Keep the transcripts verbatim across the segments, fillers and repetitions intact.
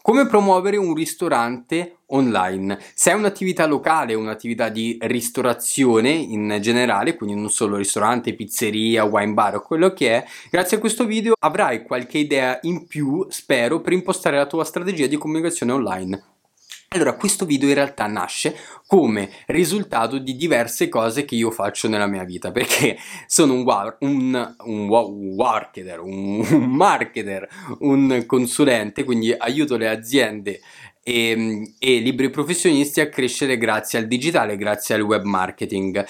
Come promuovere un ristorante online? Se hai un'attività locale, un'attività di ristorazione in generale, quindi non solo ristorante, pizzeria, wine bar o quello che è, grazie a questo video avrai qualche idea in più, spero, per impostare la tua strategia di comunicazione online. Allora, questo video in realtà nasce come risultato di diverse cose che io faccio nella mia vita, perché sono un, war, un, un, un marketer, un, un marketer, un consulente, quindi aiuto le aziende e, e liberi professionisti a crescere grazie al digitale, grazie al web marketing.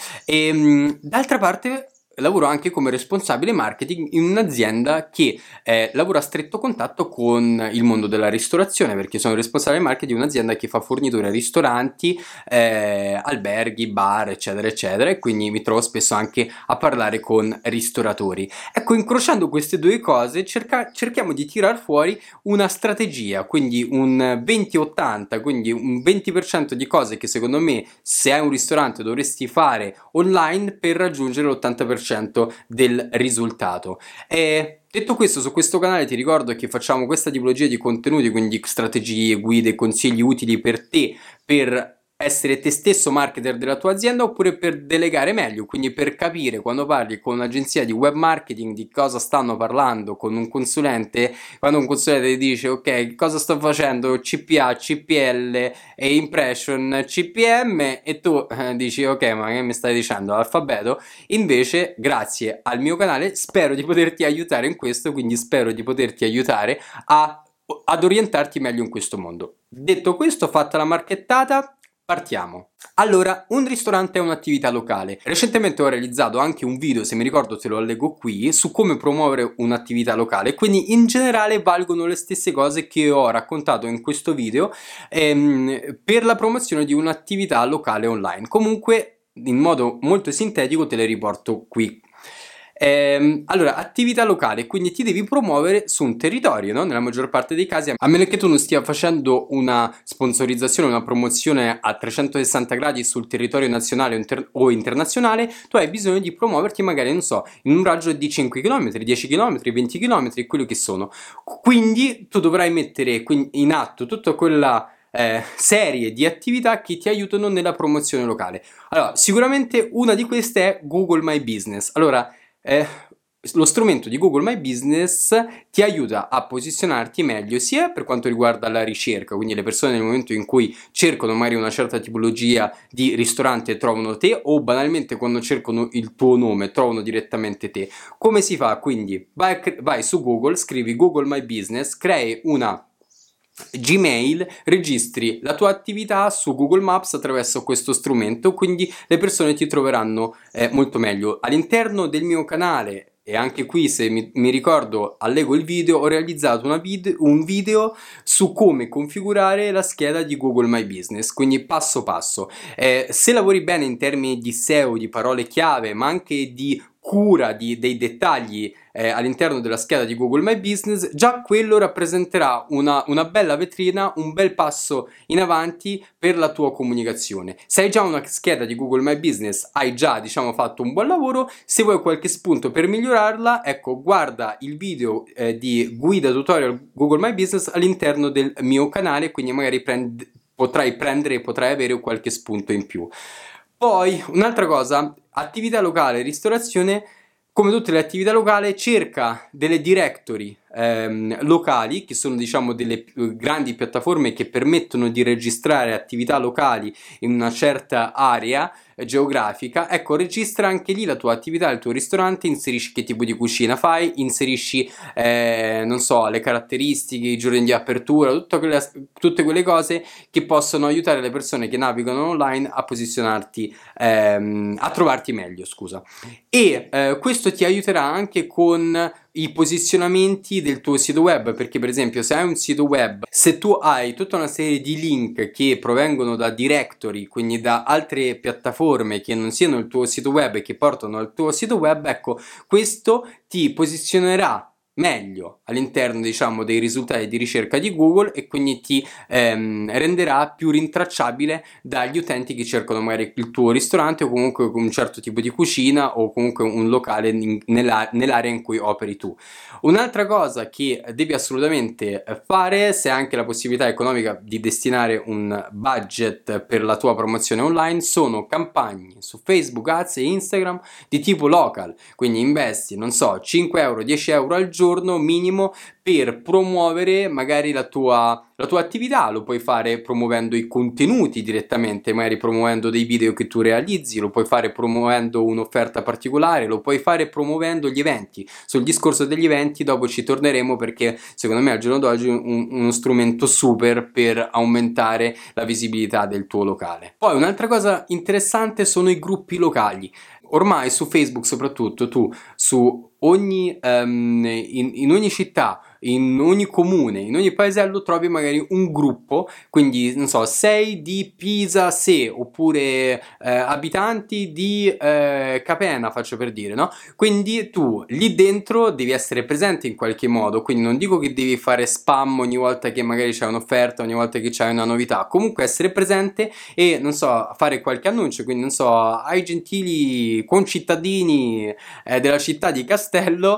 E d'altra parte lavoro anche come responsabile marketing in un'azienda che eh, lavora a stretto contatto con il mondo della ristorazione, perché sono responsabile marketing di un'azienda che fa forniture a ristoranti, eh, alberghi, bar, eccetera, eccetera, e quindi mi trovo spesso anche a parlare con ristoratori. Ecco, incrociando queste due cose, cerca, cerchiamo di tirar fuori una strategia, quindi un venti ottanta, quindi un venti per cento di cose che secondo me, se hai un ristorante, dovresti fare online per raggiungere l'ottanta per cento del risultato. E detto questo, su questo canale ti ricordo che facciamo questa tipologia di contenuti, quindi strategie, guide, consigli utili per te, per essere te stesso marketer della tua azienda oppure per delegare meglio, quindi per capire quando parli con un'agenzia di web marketing di cosa stanno parlando con un consulente, quando un consulente ti dice ok, cosa sto facendo, C P A, C P L e impression, C P M, e tu eh, dici ok, ma che mi stai dicendo, alfabeto? Invece, grazie al mio canale, spero di poterti aiutare in questo, quindi spero di poterti aiutare a, ad orientarti meglio in questo mondo. Detto questo, fatta la marchettata, partiamo. Allora, un ristorante è un'attività locale. Recentemente ho realizzato anche un video, se mi ricordo te lo allego qui, su come promuovere un'attività locale, quindi in generale valgono le stesse cose che ho raccontato in questo video ehm, per la promozione di un'attività locale online. Comunque, in modo molto sintetico te le riporto qui. Ehm, allora, attività locale, quindi ti devi promuovere su un territorio, no? Nella maggior parte dei casi, a meno che tu non stia facendo una sponsorizzazione, una promozione a trecentosessanta gradi sul territorio nazionale o, inter- o internazionale, tu hai bisogno di promuoverti magari, non so, in un raggio di cinque chilometri, dieci chilometri, venti chilometri, quello che sono. Quindi tu dovrai mettere in atto tutta quella Eh, serie di attività che ti aiutano nella promozione locale. Allora, sicuramente una di queste è Google My Business. Allora, eh, lo strumento di Google My Business ti aiuta a posizionarti meglio sia per quanto riguarda la ricerca, quindi le persone nel momento in cui cercano magari una certa tipologia di ristorante trovano te, o banalmente quando cercano il tuo nome trovano direttamente te. Come si fa? Quindi vai, vai su Google, scrivi Google My Business, crei una Gmail, registri la tua attività su Google Maps attraverso questo strumento, quindi le persone ti troveranno eh, molto meglio. All'interno del mio canale, e anche qui se mi, mi ricordo allego il video, ho realizzato una vid- un video su come configurare la scheda di Google My Business, quindi passo passo. Eh, se lavori bene in termini di S E O, di parole chiave, ma anche di cura di, dei dettagli eh, all'interno della scheda di Google My Business, già quello rappresenterà una, una bella vetrina, un bel passo in avanti per la tua comunicazione. Se hai già una scheda di Google My Business, hai già, diciamo, fatto un buon lavoro. Se vuoi qualche spunto per migliorarla, ecco, guarda il video eh, di guida tutorial Google My Business all'interno del mio canale, quindi magari prend- potrai prendere e potrai avere qualche spunto in più. Poi, un'altra cosa, attività locale, ristorazione, come tutte le attività locali, cerca delle directory ehm, locali, che sono diciamo delle più grandi piattaforme che permettono di registrare attività locali in una certa area eh, geografica. Ecco, registra anche lì la tua attività, il tuo ristorante, inserisci che tipo di cucina fai, inserisci, eh, non so, le caratteristiche, i giorni di apertura, tutte quelle, tutte quelle cose che possono aiutare le persone che navigano online a posizionarti, ehm, a trovarti meglio, scusa. E eh, questo ti aiuterà anche con i posizionamenti del tuo sito web, perché per esempio se hai un sito web, se tu hai tutta una serie di link che provengono da directory, quindi da altre piattaforme che non siano il tuo sito web e che portano al tuo sito web, ecco, questo ti posizionerà meglio all'interno, diciamo, dei risultati di ricerca di Google, e quindi ti ehm, renderà più rintracciabile dagli utenti che cercano magari il tuo ristorante o comunque un certo tipo di cucina o comunque un locale in- nella- nell'area in cui operi tu. Un'altra cosa che devi assolutamente fare, se hai anche la possibilità economica di destinare un budget per la tua promozione online, sono campagne su Facebook Ads e Instagram di tipo local. Quindi investi, non so, cinque euro, dieci euro al giorno minimo per promuovere magari la tua, la tua attività. Lo puoi fare promuovendo i contenuti direttamente, magari promuovendo dei video che tu realizzi, lo puoi fare promuovendo un'offerta particolare, lo puoi fare promuovendo gli eventi. Sul discorso degli eventi dopo ci torneremo, perché secondo me al giorno d'oggi è un, uno strumento super per aumentare la visibilità del tuo locale. Poi un'altra cosa interessante sono i gruppi locali. Ormai su Facebook soprattutto tu su ogni um, in, in ogni città, in ogni comune, in ogni paesello trovi magari un gruppo, quindi non so, sei di Pisa Se, oppure eh, abitanti di eh, Capena, faccio per dire, no? Quindi tu lì dentro devi essere presente in qualche modo, quindi non dico che devi fare spam ogni volta che magari c'è un'offerta, ogni volta che c'è una novità, comunque essere presente e non so, fare qualche annuncio, quindi non so, ai gentili concittadini eh, della città di Castello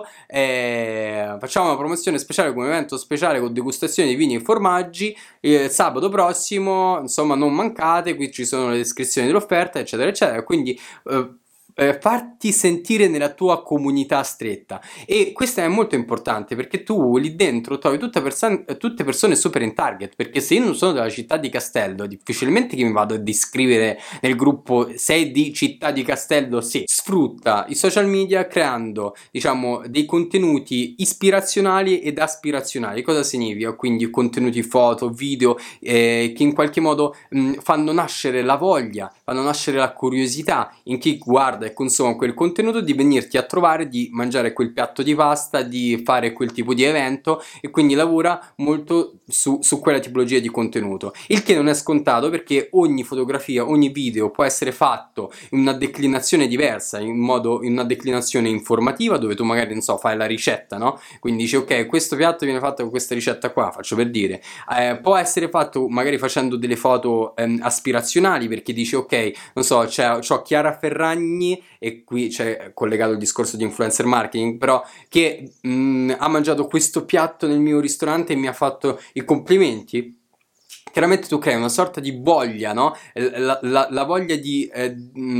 eh, facciamo una promozione speciale come evento speciale con degustazione di vini e formaggi eh, sabato prossimo, insomma non mancate, qui ci sono le descrizioni dell'offerta eccetera eccetera, quindi eh, eh, farti sentire nella tua comunità stretta. E questo è molto importante perché tu lì dentro trovi tutte, perso- tutte persone super in target, perché se io non sono della città di Castello difficilmente che mi vado ad iscrivere nel gruppo sei di città di Castello. Se sfrutta i social media creando, diciamo, dei contenuti ispirazionali ed aspirazionali. Cosa significa? Quindi contenuti foto, video eh, che in qualche modo mh, fanno nascere la voglia, fanno nascere la curiosità in chi guarda e consuma quel contenuto di venirti a trovare, di mangiare quel piatto di pasta, di fare quel tipo di evento, e quindi lavora molto su, su quella tipologia di contenuto, il che non è scontato perché ogni fotografia, ogni video può essere fatto in una declinazione diversa, in modo in una declinazione informativa dove tu magari non so fai la ricetta, no? Quindi dici ok, questo piatto viene fatto con questa ricetta qua, faccio per dire, eh, può essere fatto magari facendo delle foto ehm, aspirazionali, perché dici ok, non so, c'è, c'ho Chiara Ferragni, e qui c'è collegato il discorso di influencer marketing, però che mh, ha mangiato questo piatto nel mio ristorante e mi ha fatto i complimenti. Chiaramente tu crei una sorta di voglia, no? La, la, la voglia di eh,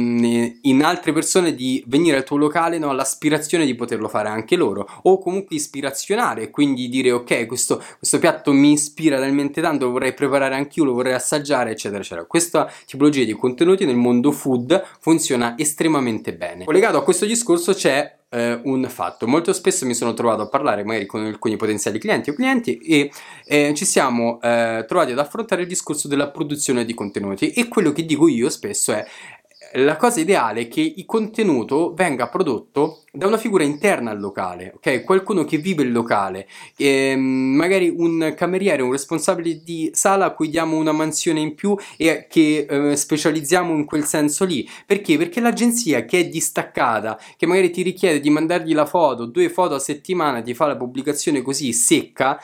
mh, in altre persone di venire al tuo locale, no? L'aspirazione di poterlo fare anche loro, o comunque ispirazionare, quindi dire ok, questo, questo piatto mi ispira talmente tanto, lo vorrei preparare anch'io, lo vorrei assaggiare, eccetera, eccetera. Questa tipologia di contenuti nel mondo food funziona estremamente bene. Collegato a questo discorso c'è eh, un fatto. Molto spesso mi sono trovato a parlare magari con alcuni potenziali clienti o clienti e eh, ci siamo eh, trovati ad affrontare il discorso della produzione di contenuti, e quello che dico io spesso è la cosa ideale è che il contenuto venga prodotto da una figura interna al locale, ok? Qualcuno che vive il locale, ehm, magari un cameriere, un responsabile di sala a cui diamo una mansione in più e che eh, specializziamo in quel senso lì. Perché? Perché l'agenzia che è distaccata, che magari ti richiede di mandargli la foto, due foto a settimana, ti fa la pubblicazione così secca,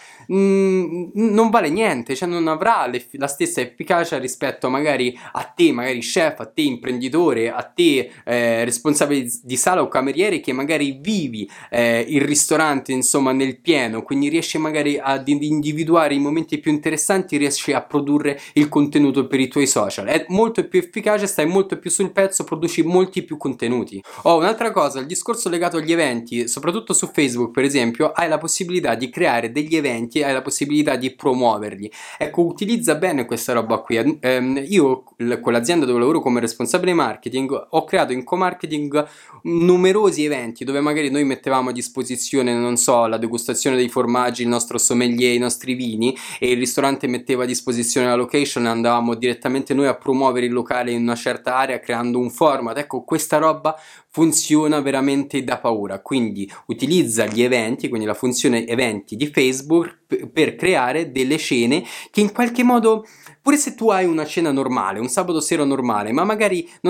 mh, non vale niente, cioè non avrà le, la stessa efficacia rispetto magari a te, magari chef, a te imprenditore, a te eh, responsabile di sala o cameriere che magari vivi eh, il ristorante insomma nel pieno, quindi riesci magari ad individuare i momenti più interessanti, riesci a produrre il contenuto per i tuoi social, è molto più efficace, stai molto più sul pezzo, produci molti più contenuti. Oh, un'altra cosa, il discorso legato agli eventi, soprattutto su Facebook per esempio, hai la possibilità di creare degli eventi, hai la possibilità di promuoverli. Ecco, utilizza bene questa roba qui. Ehm, io con l'azienda dove lavoro come responsabile marketing ho creato in co-marketing numerosi eventi dove magari noi mettevamo a disposizione, non so, la degustazione dei formaggi, il nostro sommelier, i nostri vini, e il ristorante metteva a disposizione la location e andavamo direttamente noi a promuovere il locale in una certa area creando un format. Ecco, questa roba funziona veramente da paura, quindi utilizza gli eventi, quindi la funzione eventi di Facebook p- per creare delle scene che in qualche modo, pure se tu hai una cena normale, un sabato sera normale, ma magari non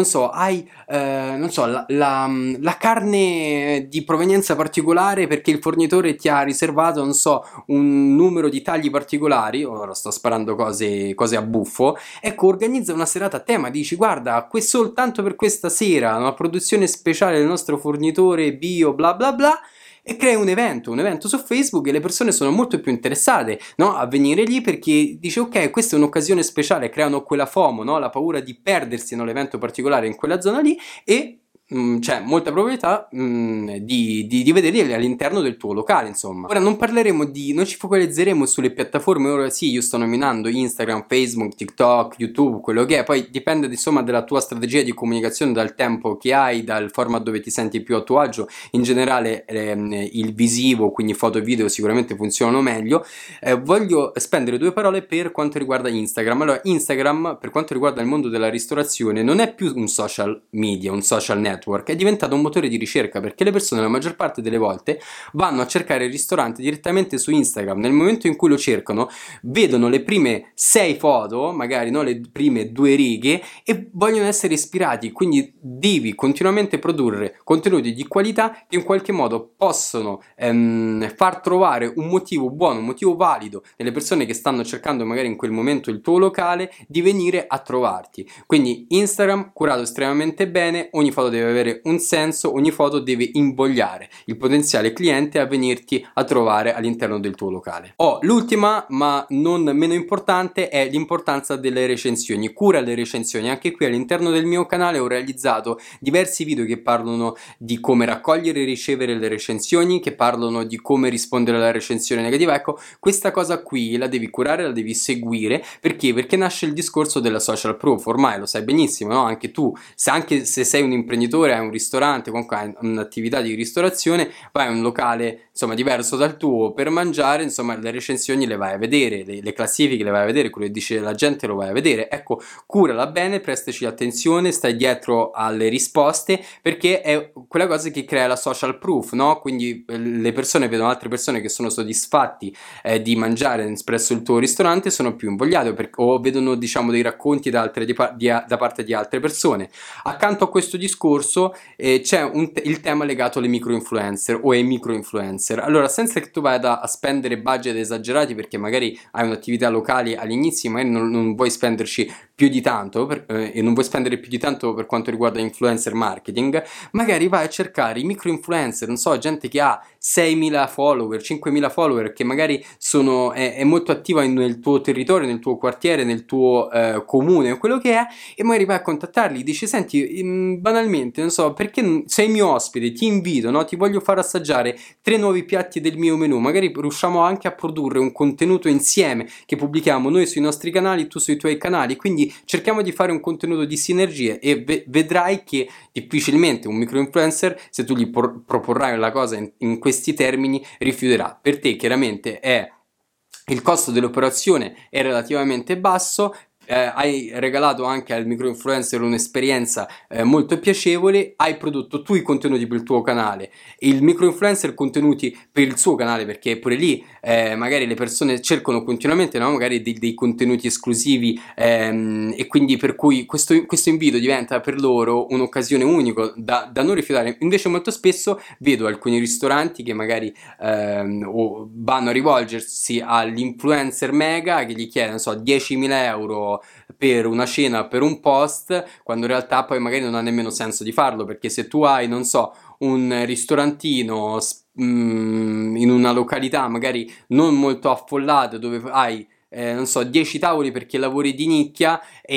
non so, hai, eh, non so, la, la, la carne di provenienza particolare perché il fornitore ti ha riservato, non so, un numero di tagli particolari, ora sto sparando cose, cose a buffo, ecco, organizza una serata a tema, dici, guarda, que- soltanto per questa sera, una produzione speciale del nostro fornitore bio, bla bla bla, e crei un evento, un evento su Facebook e le persone sono molto più interessate, no, a venire lì perché dice ok, questa è un'occasione speciale, creano quella FOMO, no, la paura di perdersi nell'evento particolare in quella zona lì e mm, c'è molta probabilità mm, di, di, di vederli all'interno del tuo locale, insomma. Ora non parleremo di, non ci focalizzeremo sulle piattaforme, ora sì, io sto nominando Instagram, Facebook, TikTok, YouTube, quello che è, poi dipende insomma dalla tua strategia di comunicazione, dal tempo che hai, dal format dove ti senti più a tuo agio. In generale ehm, il visivo, quindi foto e video sicuramente funzionano meglio. Eh, voglio spendere due parole per quanto riguarda Instagram. Allora, Instagram, per quanto riguarda il mondo della ristorazione, non è più un social media, un social network, è diventato un motore di ricerca perché le persone la maggior parte delle volte vanno a cercare il ristorante direttamente su Instagram. Nel momento in cui lo cercano, vedono le prime sei foto, magari no, le prime due righe, e vogliono essere ispirati, quindi devi continuamente produrre contenuti di qualità che in qualche modo possono ehm, far trovare un motivo buono, un motivo valido nelle persone che stanno cercando magari in quel momento il tuo locale di venire a trovarti. Quindi Instagram curato estremamente bene, ogni foto deve avere un senso, ogni foto deve invogliare il potenziale cliente a venirti a trovare all'interno del tuo locale. Oh, l'ultima ma non meno importante è l'importanza delle recensioni. Cura le recensioni. Anche qui all'interno del mio canale ho realizzato diversi video che parlano di come raccogliere e ricevere le recensioni, che parlano di come rispondere alla recensione negativa. Ecco, questa cosa qui la devi curare, la devi seguire. Perché? Perché nasce il discorso della social proof. Ormai lo sai benissimo, no? Anche tu, se anche se sei un imprenditore, hai un ristorante, comunque hai un'attività di ristorazione, vai a un locale insomma diverso dal tuo per mangiare, insomma le recensioni le vai a vedere, le, le classifiche le vai a vedere, quello che dice la gente lo vai a vedere. Ecco, curala bene, prestaci attenzione, stai dietro alle risposte, perché è quella cosa che crea la social proof, no? Quindi eh, le persone vedono altre persone che sono soddisfatti eh, di mangiare presso il tuo ristorante, sono più invogliate, per, o vedono diciamo dei racconti da, altre, di, di, da parte di altre persone. Accanto a questo discorso eh, c'è un, il tema legato alle micro influencer o ai micro influencer. Allora, senza che tu vada a spendere budget esagerati, perché magari hai un'attività locale all'inizio, magari non, non vuoi spenderci più di tanto per, eh, e non vuoi spendere più di tanto per quanto riguarda influencer marketing, magari vai a cercare i micro influencer, non so, gente che ha seimila follower, cinquemila follower, che magari sono, è, è molto attiva nel tuo territorio, nel tuo quartiere, nel tuo eh, comune, quello che è, e magari vai a contattarli, dici, senti, mh, banalmente, non so, perché sei mio ospite, ti invito, no? Ti voglio far assaggiare tre nuovi piatti del mio menù, magari riusciamo anche a produrre un contenuto insieme che pubblichiamo noi sui nostri canali, tu sui tuoi canali, quindi cerchiamo di fare un contenuto di sinergie e ve- vedrai che difficilmente un micro influencer, se tu gli por- proporrai la cosa in, in questi termini, rifiuterà. Per te chiaramente è il costo dell'operazione è relativamente basso, eh, hai regalato anche al micro influencer un'esperienza eh, molto piacevole, hai prodotto tu i contenuti per il tuo canale, il micro influencer contenuti per il suo canale, perché pure lì eh, magari le persone cercano continuamente, no? Magari dei, dei contenuti esclusivi ehm, e quindi per cui questo, questo invito diventa per loro un'occasione unica da, da non rifiutare. Invece molto spesso vedo alcuni ristoranti che magari ehm, o vanno a rivolgersi all'influencer mega che gli chiede, non so, diecimila euro per una cena, per un post, quando in realtà poi magari non ha nemmeno senso di farlo, perché se tu hai, non so, un ristorantino mm, in una località magari non molto affollata dove hai eh, non so, dieci tavoli perché lavori di nicchia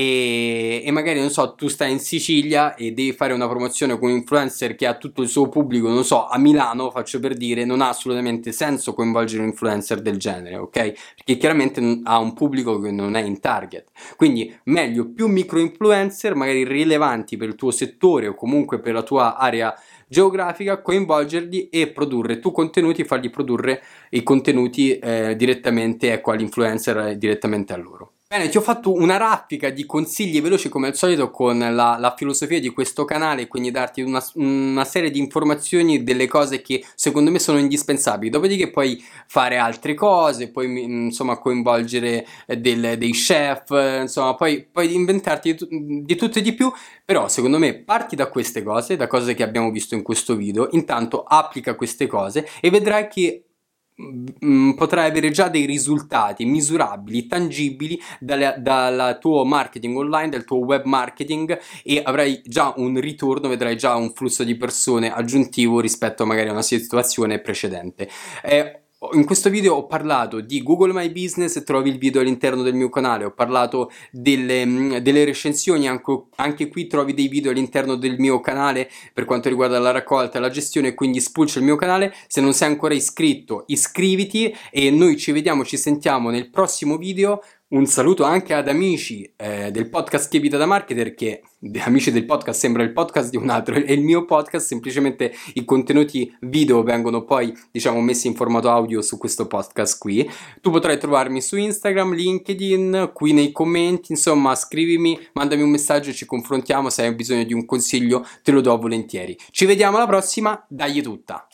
e, e magari, non so, tu stai in Sicilia e devi fare una promozione con un influencer che ha tutto il suo pubblico, non so, a Milano, faccio per dire, non ha assolutamente senso coinvolgere un influencer del genere, ok? Perché chiaramente ha un pubblico che non è in target. Quindi meglio più micro influencer, magari rilevanti per il tuo settore o comunque per la tua area geografica, coinvolgerli e produrre tu contenuti, fargli produrre i contenuti eh, direttamente, ecco, all'influencer, eh, direttamente a loro. Bene, ti ho fatto una raffica di consigli veloci come al solito con la, la filosofia di questo canale, quindi darti una, una serie di informazioni delle cose che secondo me sono indispensabili. Dopodiché puoi fare altre cose, puoi mi- insomma coinvolgere eh, del- dei chef, eh, insomma puoi, puoi inventarti di, tu- di tutto e di più, però secondo me parti da queste cose, da cose che abbiamo visto in questo video, intanto applica queste cose e vedrai che mm, potrai avere già dei risultati misurabili, tangibili dalla- dal tuo marketing online, dal tuo web marketing e avrai già un ritorno, vedrai già un flusso di persone aggiuntivo rispetto magari a una situazione precedente. Eh, in questo video ho parlato di Google My Business, trovi il video all'interno del mio canale, ho parlato delle, mm, delle recensioni, anche, anche qui trovi dei video all'interno del mio canale per quanto riguarda la raccolta e la gestione, quindi spulcia il mio canale. Se non sei ancora iscritto, iscriviti e noi ci vediamo, ci sentiamo nel prossimo video. Un saluto anche ad amici eh, del podcast Che Vita da Marketer, che amici del podcast sembra il podcast di un altro, è il mio podcast, semplicemente i contenuti video vengono poi diciamo messi in formato audio su questo podcast qui. Tu potrai trovarmi su Instagram, LinkedIn, qui nei commenti, insomma scrivimi, mandami un messaggio e ci confrontiamo, se hai bisogno di un consiglio te lo do volentieri. Ci vediamo alla prossima, dagli tutta!